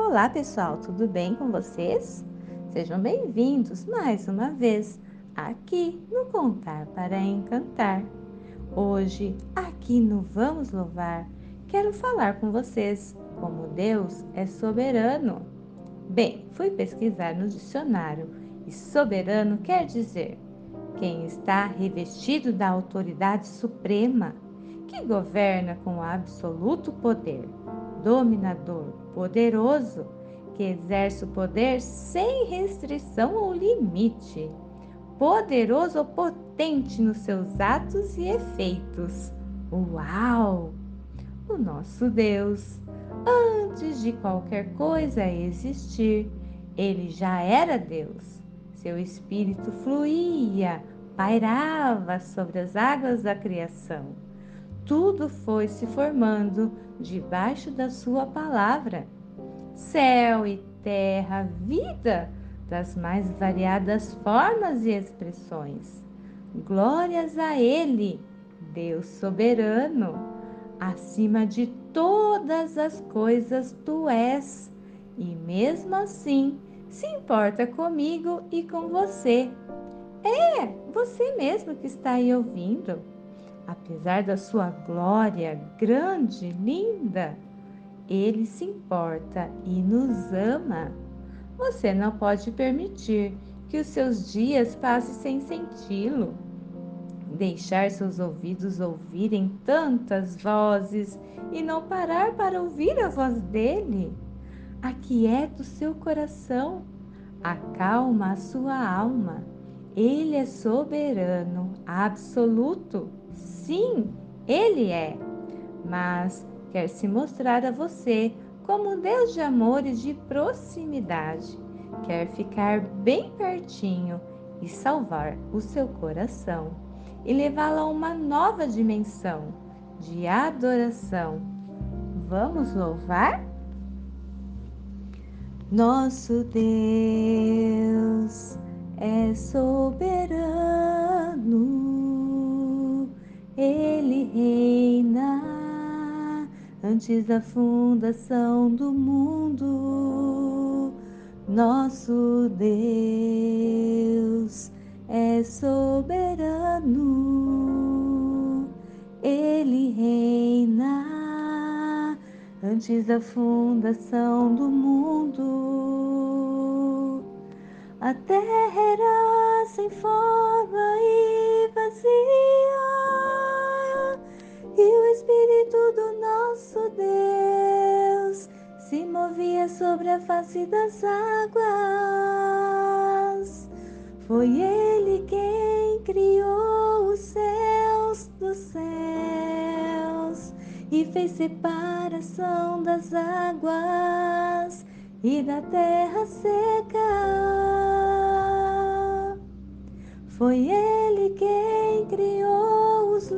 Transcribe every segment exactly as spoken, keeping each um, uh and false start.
Olá, pessoal, tudo bem com vocês? Sejam bem-vindos mais uma vez aqui no Contar para Encantar. Hoje, aqui no Vamos Louvar, quero falar com vocês como Deus é soberano. Bem, fui pesquisar no dicionário e soberano quer dizer quem está revestido da autoridade suprema, que governa com absoluto poder, dominador, poderoso, que exerce o poder sem restrição ou limite, poderoso ou potente nos seus atos e efeitos. Uau! O nosso Deus, antes de qualquer coisa existir, ele já era Deus. Seu espírito fluía, pairava sobre as águas da criação. Tudo foi se formando debaixo da sua palavra. Céu e terra, vida das mais variadas formas e expressões. Glórias a Ele, Deus soberano. Acima de todas as coisas tu és, e mesmo assim se importa comigo e com você. É, você mesmo que está aí ouvindo. Apesar da sua glória grande, linda, Ele se importa e nos ama. Você não pode permitir que os seus dias passem sem senti-lo. Deixar seus ouvidos ouvirem tantas vozes e não parar para ouvir a voz dele. Aquieta o seu coração, acalma a sua alma. Ele é soberano, absoluto. Sim, ele é. Mas quer se mostrar a você como um Deus de amor e de proximidade. Quer ficar bem pertinho e salvar o seu coração e levá-lo a uma nova dimensão de adoração. Vamos louvar? Nosso Deus é soberano, Ele reina antes da fundação do mundo. Nosso Deus é soberano, Ele reina antes da fundação do mundo. A terra era sem forma e vazia, e o Espírito do nosso Deus se movia sobre a face das águas. Foi Ele quem criou os céus dos céus e fez separação das águas e da terra seca. Foi Ele quem criou os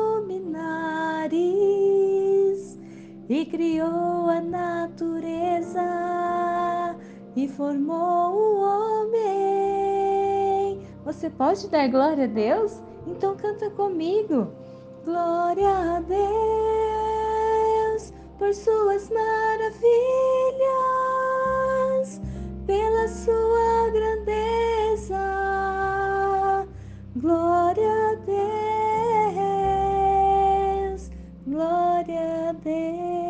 luminares e criou a natureza e formou o homem. Você pode dar glória a Deus? Então canta comigo. Glória a Deus por suas maravilhas, pela sua grandeza. Glória a Deus, glória a Deus.